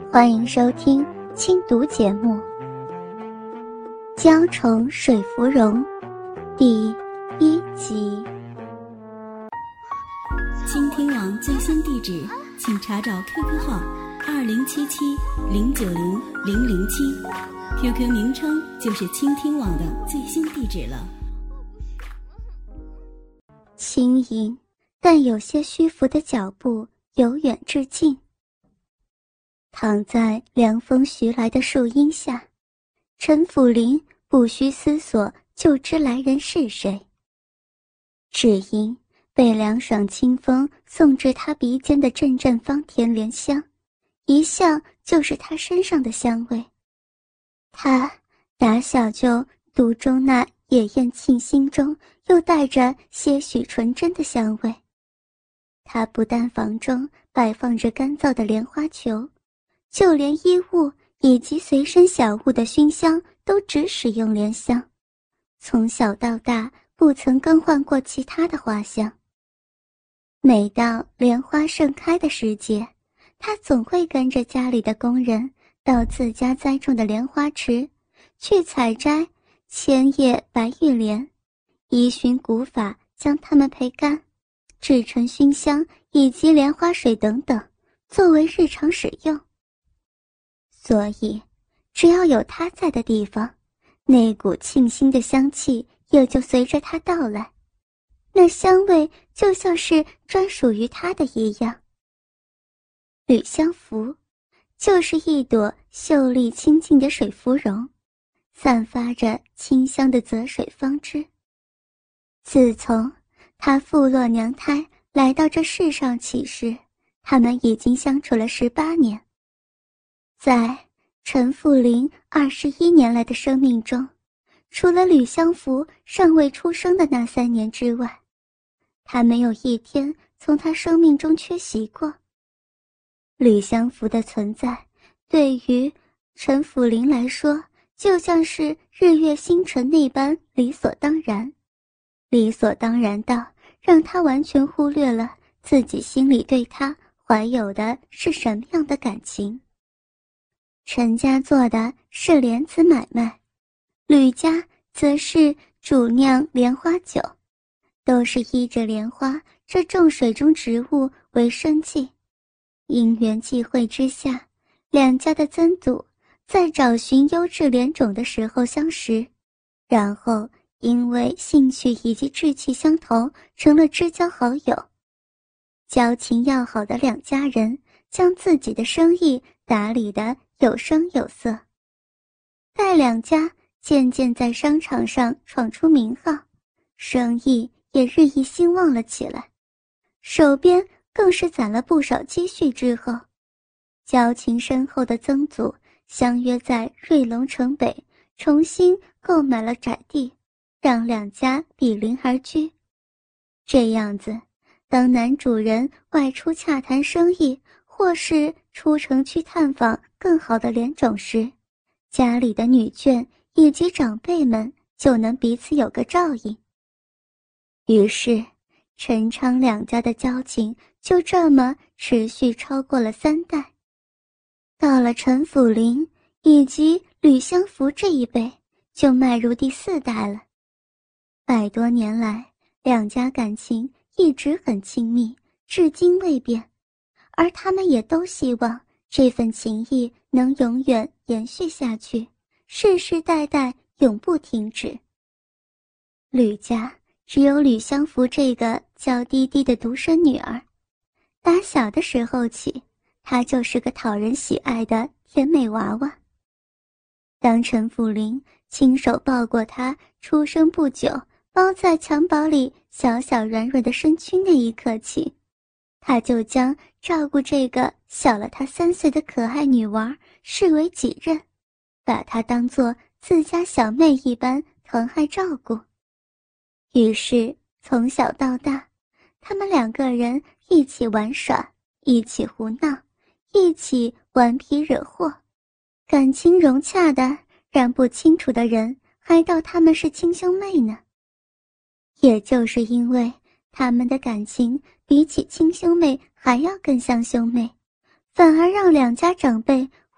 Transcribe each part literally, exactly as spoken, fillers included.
欢迎收听轻读节目《江城水芙蓉》第一集。 倾听网最新地址，请查找 Q Q 号二零七七零九零零零七 ，Q Q 名称就是倾听网的最新地址了。 轻盈但有些虚浮的脚步由远至近，躺在凉风徐来的树荫下，陈辅林不需思索就知来人是谁，只因被凉爽清风送至他鼻尖的阵阵芳甜莲香，一向就是他身上的香味。他打小就独钟那野艳沁心中又带着些许纯真的香味。他不但房中摆放着干燥的莲花球，就连衣物以及随身小物的熏香都只使用莲香，从小到大不曾更换过其他的花香。每到莲花盛开的时节，他总会跟着家里的工人到自家栽种的莲花池去采摘千叶白玉莲，依循古法将它们焙干，制成熏香以及莲花水等等，作为日常使用。所以只要有他在的地方，那股沁心的香气也就随着他到来，那香味就像是专属于他的一样。吕香芙就是一朵秀丽清净的水芙蓉，散发着清香的泽水芳枝。自从他负落娘胎来到这世上起时，他们已经相处了十八年。在陈辅林二十一年来的生命中，除了吕香芙尚未出生的那三年之外，他没有一天从他生命中缺席过。吕香芙的存在对于陈辅林来说就像是日月星辰那般理所当然，理所当然到让他完全忽略了自己心里对他怀有的是什么样的感情。陈家做的是莲子买卖，吕家则是主酿莲花酒，都是依着莲花这种水中植物为生计。因缘际会之下，两家的曾祖在找寻优质莲种的时候相识，然后因为兴趣以及志气相投，成了知交好友。交情要好的两家人将自己的生意打理得有声有色。待两家渐渐在商场上闯出名号，生意也日益兴旺了起来，手边更是攒了不少积蓄之后，交情深厚的曾祖相约在瑞龙城北重新购买了宅地，让两家比邻而居。这样子，当男主人外出洽谈生意，或是出城去探访更好的莲种时，家里的女眷以及长辈们就能彼此有个照应。于是陈昌两家的交情就这么持续超过了三代。到了陈辅林以及吕香芙这一辈，就迈入第四代了。百多年来，两家感情一直很亲密，至今未变，而他们也都希望这份情谊能永远延续下去，世世代代永不停止。吕家只有吕香芙这个娇滴滴的独生女儿，打小的时候起，她就是个讨人喜爱的甜美娃娃。当陈辅林亲手抱过她出生不久，包在襁褓里小小软软的身躯那一刻起，他就将照顾这个小了他三岁的可爱女娃视为己任，把她当作自家小妹一般疼爱照顾。于是从小到大，他们两个人一起玩耍，一起胡闹，一起顽皮惹祸，感情融洽的让不清楚的人还道他们是亲兄妹呢。也就是因为他们的感情比起亲兄妹还要更像兄妹，反而让两家长辈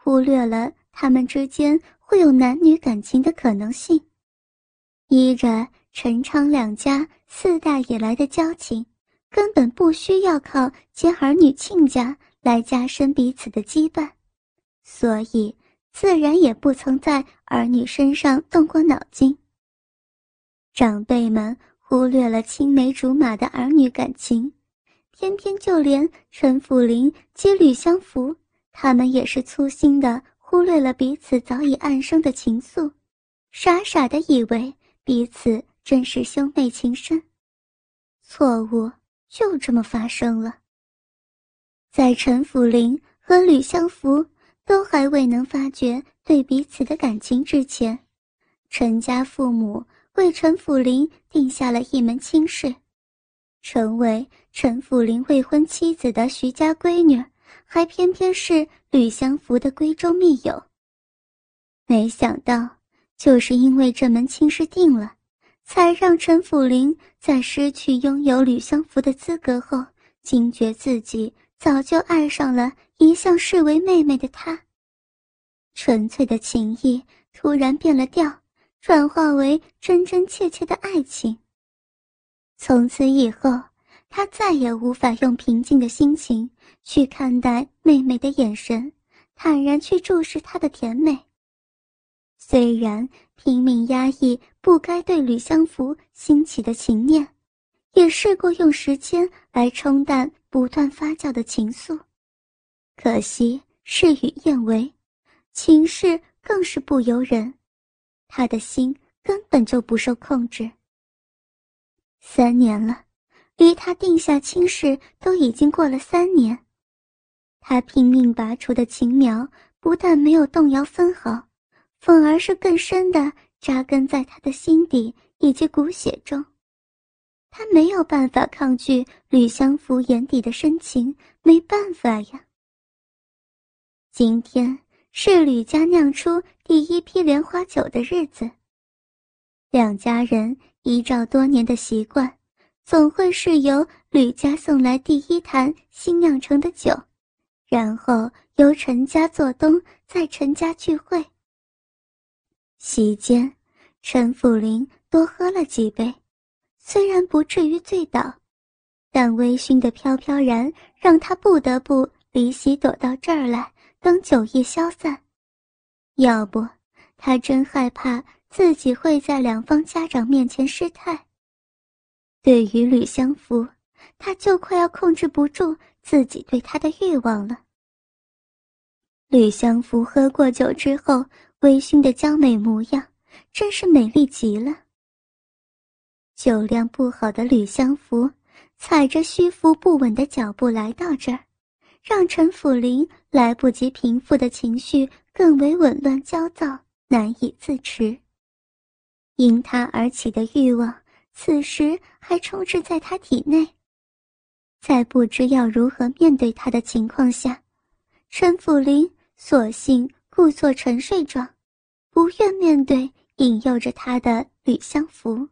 忽略了他们之间会有男女感情的可能性。依着陈昌两家四代以来的交情，根本不需要靠接儿女亲家来加深彼此的羁绊，所以自然也不曾在儿女身上动过脑筋。长辈们忽略了青梅竹马的儿女感情，偏偏就连陈辅林接吕相福，他们也是粗心的忽略了彼此早已暗生的情愫，傻傻的以为彼此真是兄妹情深。错误就这么发生了。在陈辅林和吕相福都还未能发觉对彼此的感情之前，陈家父母为陈辅林定下了一门亲事，成为陈辅林未婚妻子的徐家闺女，还偏偏是吕相福的闺中密友。没想到就是因为这门亲事定了，才让陈辅林在失去拥有吕相福的资格后，惊觉自己早就爱上了一向视为妹妹的她。纯粹的情谊突然变了调，转化为真真切切的爱情。从此以后，他再也无法用平静的心情去看待妹妹的眼神，坦然去注视她的甜美。虽然拼命压抑不该对吕相福兴起的情念，也试过用时间来冲淡不断发酵的情愫，可惜事与愿违，情势更是不由人，他的心根本就不受控制。三年了，离他定下亲事都已经过了三年，他拼命拔出的情苗不但没有动摇分毫，反而是更深地扎根在他的心底以及骨血中。他没有办法抗拒吕相福眼底的深情，没办法呀。今天是吕家酿出第一批莲花酒的日子，两家人依照多年的习惯，总会是由吕家送来第一坛新酿成的酒，然后由陈家做东，在陈家聚会。席间，陈辅林多喝了几杯，虽然不至于醉倒，但微醺的飘飘然让他不得不离席躲到这儿来，等酒意消散。要不，他真害怕自己会在两方家长面前失态。对于吕相福，他就快要控制不住自己对他的欲望了。吕相福喝过酒之后微醺的娇美模样，真是美丽极了。酒量不好的吕相福踩着虚浮不稳的脚步来到这儿，让陈辅林来不及平复的情绪更为紊乱焦躁，难以自持。因他而起的欲望此时还充斥在他体内，在不知要如何面对他的情况下，陈辅林索性故作沉睡状，不愿面对引诱着他的吕相福。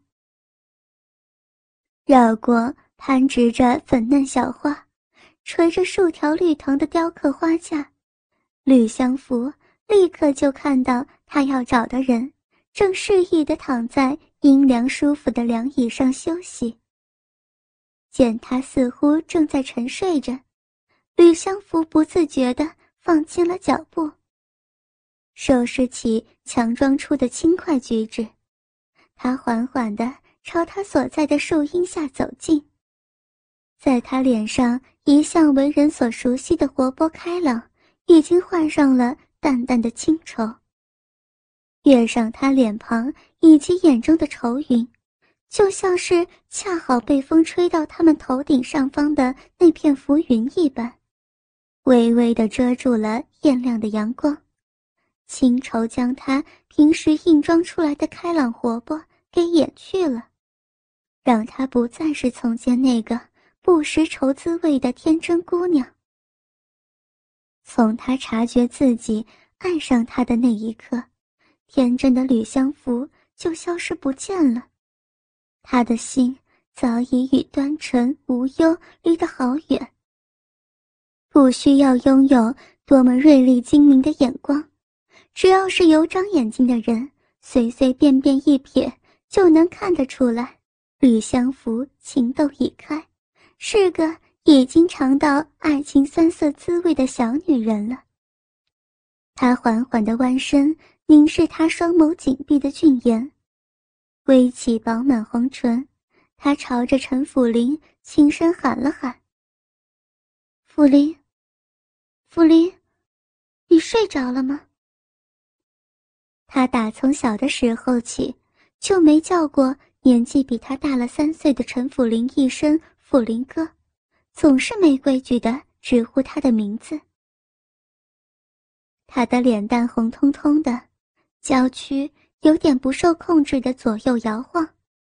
绕过攀植着粉嫩小花，垂着数条绿藤的雕刻花架，吕相福立刻就看到他要找的人正适意地躺在阴凉舒服的凉椅上休息。见他似乎正在沉睡着，吕相福不自觉地放轻了脚步，收拾起强装出的轻快举止。他缓缓地朝他所在的树荫下走近，在他脸上一向为人所熟悉的活泼开朗，已经换上了淡淡的清愁。跃上他脸庞以及眼中的愁云，就像是恰好被风吹到他们头顶上方的那片浮云一般，微微地遮住了艳亮的阳光。清愁将他平时硬装出来的开朗活泼给掩去了，让她不再是从前那个不识愁滋味的天真姑娘。从她察觉自己爱上他的那一刻，天真的吕相福就消失不见了。他的心早已与端纯无忧离得好远。不需要拥有多么锐利精明的眼光，只要是有长眼睛的人，随随便便一瞥就能看得出来，吕相福情窦已开，是个已经尝到爱情酸涩滋味的小女人了。她缓缓地弯身，凝视他双眸紧闭的俊颜，微起饱满红唇，她朝着陈辅林轻声喊了喊：辅林，辅林，你睡着了吗？他打从小的时候起就没叫过年纪比他大了三岁的陈辅林一声辅林哥，总是没规矩地直呼他的名字。他的脸蛋红彤彤的，娇躯有点不受控制地左右摇晃。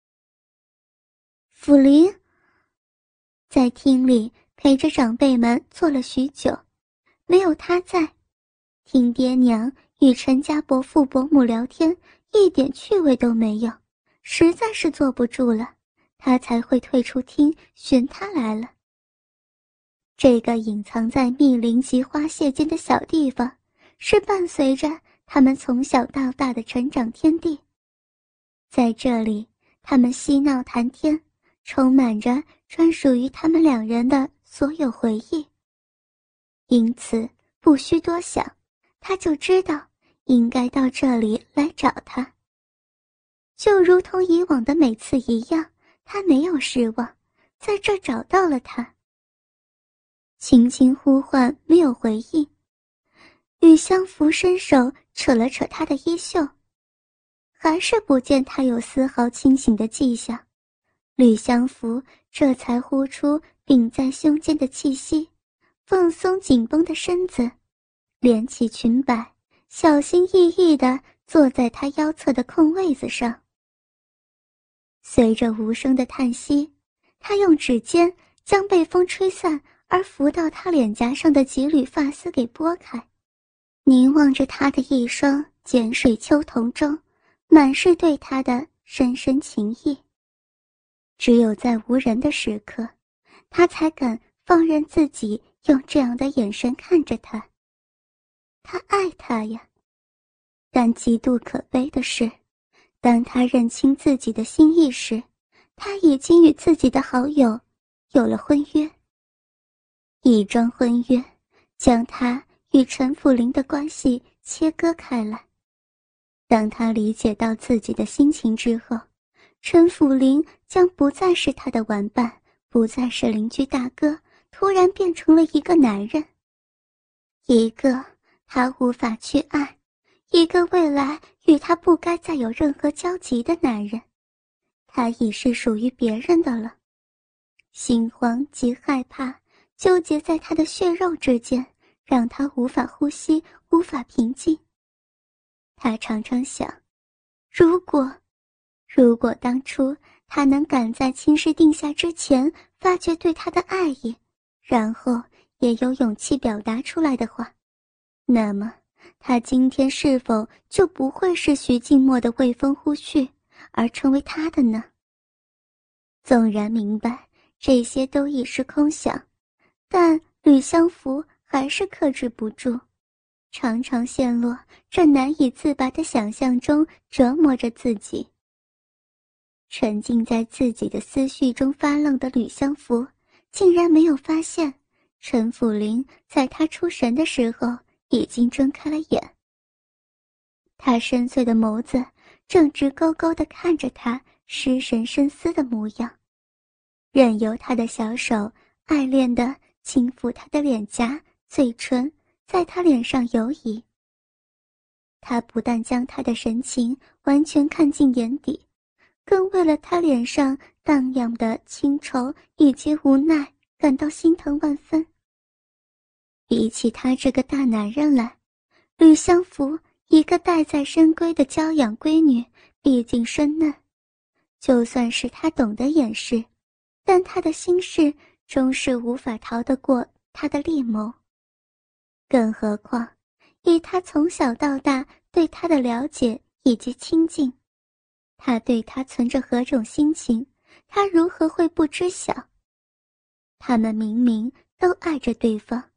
辅林在厅里陪着长辈们坐了许久，没有他在，听爹娘与陈家伯父伯母聊天一点趣味都没有，实在是坐不住了，他才会退出厅寻他来了。这个隐藏在密林及花谢间的小地方，是伴随着他们从小到大的成长天地。在这里，他们嬉闹谈天，充满着专属于他们两人的所有回忆。因此不需多想，他就知道应该到这里来找他。就如同以往的每次一样，他没有失望，在这找到了他。轻轻呼唤，没有回应。吕相福伸手扯了扯他的衣袖，还是不见他有丝毫清醒的迹象。吕相福这才呼出屏在胸间的气息，放松紧绷的身子，敛起裙摆，小心翼翼地坐在他腰侧的空位子上。随着无声的叹息，他用指尖将被风吹散而浮到他脸颊上的几缕发丝给拨开，凝望着他的一双碱水秋瞳中满是对他的深深情意。只有在无人的时刻，他才敢放任自己用这样的眼神看着他。他爱他呀，但极度可悲的是，当他认清自己的心意时，他已经与自己的好友有了婚约。一桩婚约将他与陈辅林的关系切割开来。当他理解到自己的心情之后，陈辅林将不再是他的玩伴，不再是邻居大哥，突然变成了一个男人，一个他无法去爱，一个未来与他不该再有任何交集的男人。他已是属于别人的了。心慌及害怕纠结在他的血肉之间，让他无法呼吸，无法平静。他常常想，如果如果当初他能赶在亲事定下之前发觉对他的爱意，然后也有勇气表达出来的话，那么他今天是否就不会是徐静默的未婚夫婿，而成为他的呢？纵然明白这些都已是空想，但吕相福还是克制不住，常常陷落这难以自拔的想象中折磨着自己。沉浸在自己的思绪中发愣的吕相福，竟然没有发现陈辅林在他出神的时候已经睁开了眼。他深邃的眸子正直勾勾地看着他失神深思的模样，任由他的小手爱恋地轻抚他的脸颊、嘴唇，在他脸上游移。他不但将他的神情完全看进眼底，更为了他脸上荡漾的清愁以及无奈感到心疼万分。比起他这个大男人来，吕相福一个待在深闺的娇养闺女毕竟深嫩，就算是他懂得掩饰，但他的心事终是无法逃得过他的厉眸。更何况以他从小到大对他的了解以及亲近，他对他存着何种心情，他如何会不知晓？他们明明都爱着对方，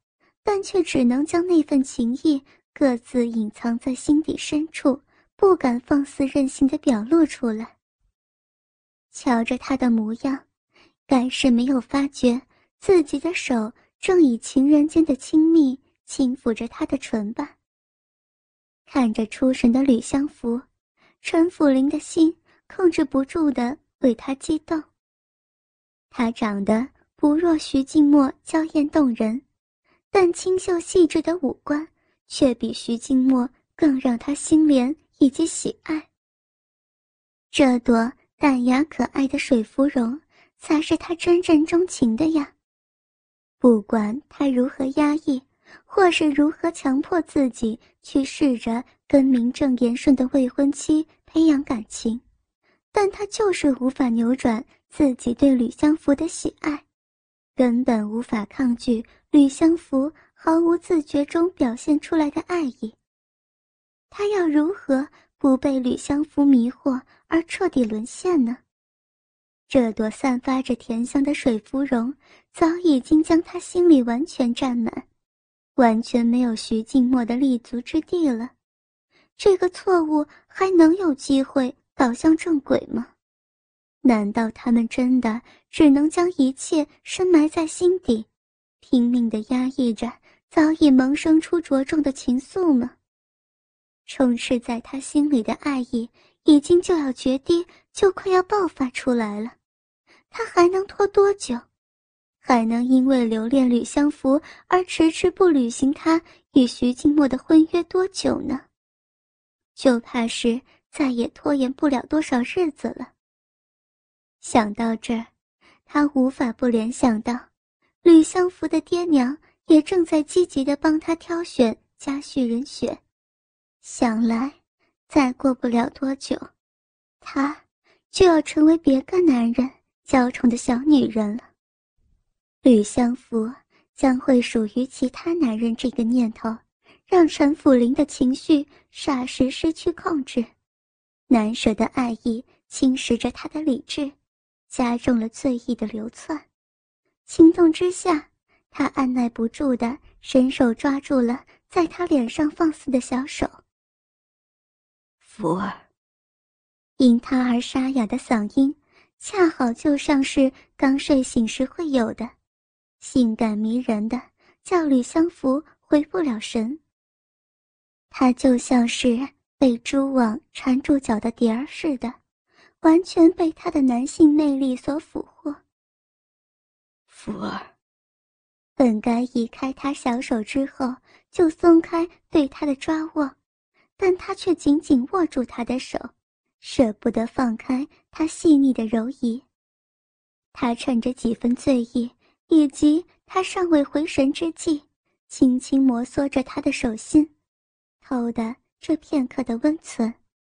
但却只能将那份情意各自隐藏在心底深处，不敢放肆任性地表露出来。瞧着他的模样，该是没有发觉自己的手正以情人间的亲密轻抚着他的唇吧。看着出神的吕相福，陈辅林的心控制不住地为他激动。他长得不若徐静默娇艳动人，但清秀细致的五官却比徐静默更让他心怜以及喜爱。这朵淡雅可爱的水芙蓉才是他真正钟情的呀。不管他如何压抑，或是如何强迫自己去试着跟名正言顺的未婚妻培养感情，但他就是无法扭转自己对吕相福的喜爱，根本无法抗拒吕相福毫无自觉中表现出来的爱意。他要如何不被吕相福迷惑而彻底沦陷呢？这朵散发着甜香的水芙蓉早已经将他心里完全占满，完全没有徐静默的立足之地了。这个错误还能有机会导向正轨吗？难道他们真的只能将一切深埋在心底，拼命地压抑着早已萌生出茁壮的情愫吗？充斥在他心里的爱意已经就要决堤，就快要爆发出来了。他还能拖多久？还能因为留恋吕相福而迟迟不履行他与徐静默的婚约多久呢？就怕是再也拖延不了多少日子了。想到这儿，他无法不联想到吕相福的爹娘也正在积极地帮他挑选家婿人选。想来再过不了多久，他就要成为别个男人娇宠的小女人了。吕相福将会属于其他男人这个念头，让陈辅林的情绪霎时失去控制，难舍的爱意侵蚀着他的理智，加重了醉意的流窜。情动之下，他按耐不住地伸手抓住了在他脸上放肆的小手。 福儿， 因他而沙哑的嗓音恰好就像是刚睡醒时会有的，性感迷人的，叫吕相福回不了神。他就像是被蛛网缠住脚的蝶儿似的，完全被他的男性魅力所俘获。 福儿， 本该移开他小手之后就松开对他的抓握，但他却紧紧握住他的手，舍不得放开他细腻的柔仪。他趁着几分醉意以及他尚未回神之际，轻轻摩挲着他的手心，偷得这片刻的温存。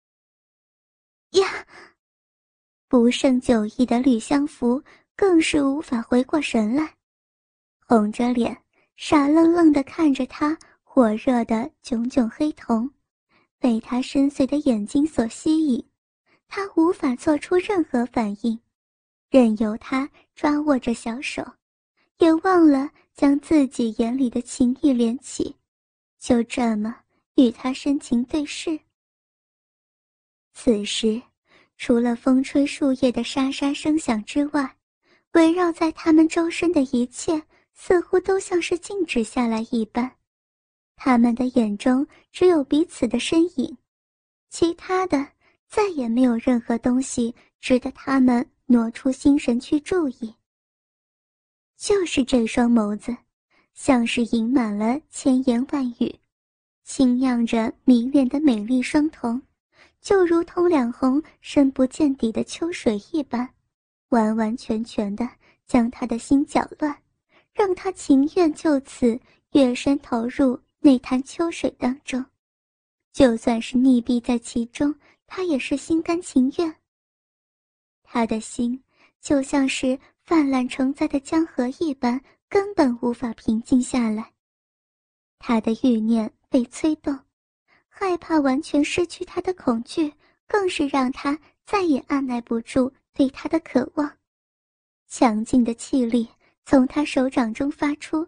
呀！不胜酒意的吕相福更是无法回过神来，红着脸傻愣愣地看着他火热的炯炯黑瞳，被他深邃的眼睛所吸引，他无法做出任何反应，任由他抓握着小手，也忘了将自己眼里的情意连起，就这么与他深情对视。此时除了风吹树叶的沙沙声响之外，围绕在他们周身的一切似乎都像是静止下来一般，他们的眼中只有彼此的身影，其他的再也没有任何东西值得他们挪出心神去注意。就是这双眸子，像是盈满了千言万语，轻漾着迷恋的美丽双瞳，就如同两泓深不见底的秋水一般，完完全全地将他的心搅乱，让他情愿就此跃身投入那潭秋水当中，就算是溺毙在其中，他也是心甘情愿。他的心就像是泛滥成灾的江河一般，根本无法平静下来。他的欲念被催动，害怕完全失去他的恐惧，更是让他再也按耐不住对他的渴望。强劲的气力从他手掌中发出，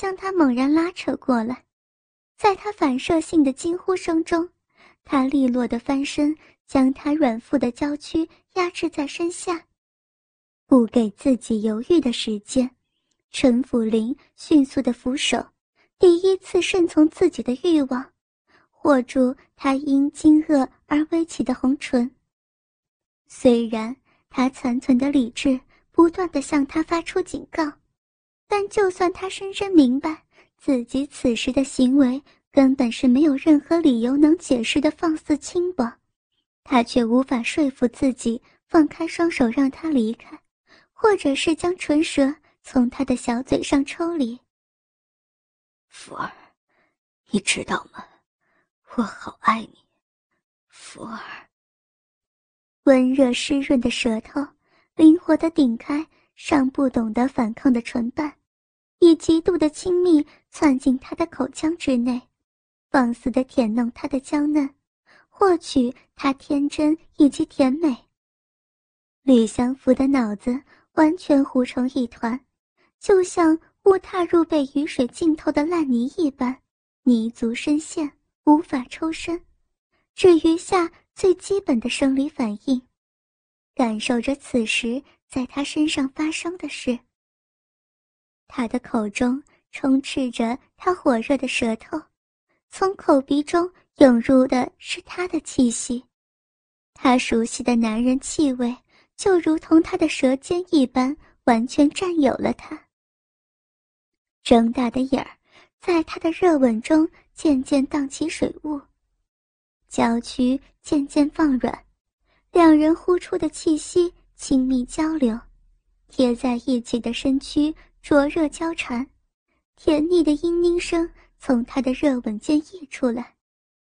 将他猛然拉扯过来。在他反射性的惊呼声中，他利落的翻身，将他软腹的娇躯压制在身下。不给自己犹豫的时间，陈辅林迅速的扶手，第一次顺从自己的欲望，握住他因惊愕而微起的红唇。虽然他残存的理智不断地向他发出警告，但就算他深深明白自己此时的行为根本是没有任何理由能解释的放肆轻薄，他却无法说服自己放开双手让他离开，或者是将唇舌从他的小嘴上抽离。 福儿，你知道吗？我好爱你，福儿。 温热湿润的舌头灵活地顶开尚不懂得反抗的唇瓣，以极度的亲密窜进他的口腔之内，放肆地舔弄他的娇嫩，获取他天真以及甜美。吕相福的脑子完全糊成一团，就像误踏入被雨水浸透的烂泥一般，泥足深陷，无法抽身，只余下最基本的生理反应，感受着此时在他身上发生的事。他的口中充斥着他火热的舌头，从口鼻中涌入的是他的气息，他熟悉的男人气味就如同他的舌尖一般，完全占有了他。睁大的眼儿在他的热吻中渐渐荡起水雾，娇躯渐渐放软，两人呼出的气息亲密交流，贴在一起的身躯灼热交缠，甜腻的嘤嘤声从他的热吻间溢出来。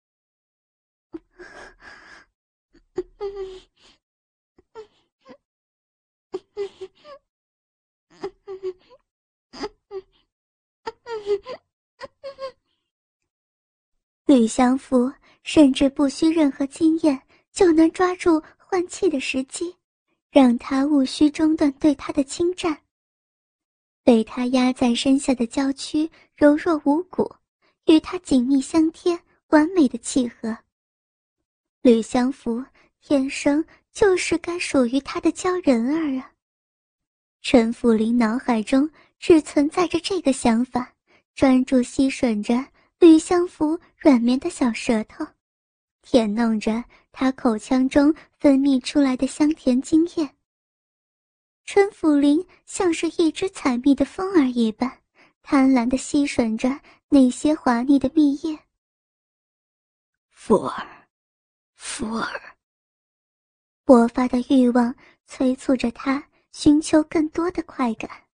吕相福甚至不需任何经验就能抓住换气的时机，让他无需中断对他的侵占。被他压在身下的娇躯柔弱无骨，与他紧密相贴，完美的契合。吕相福天生就是该属于他的娇人儿啊！陈辅林脑海中只存在着这个想法，专注吸吮着吕相福软绵的小舌头，舔弄着他口腔中分泌出来的香甜精液。陈辅林像是一只采蜜的蜂儿一般，贪婪地吸吮着那些滑腻的蜜液。 福儿，福儿。 勃发的欲望催促着他寻求更多的快感。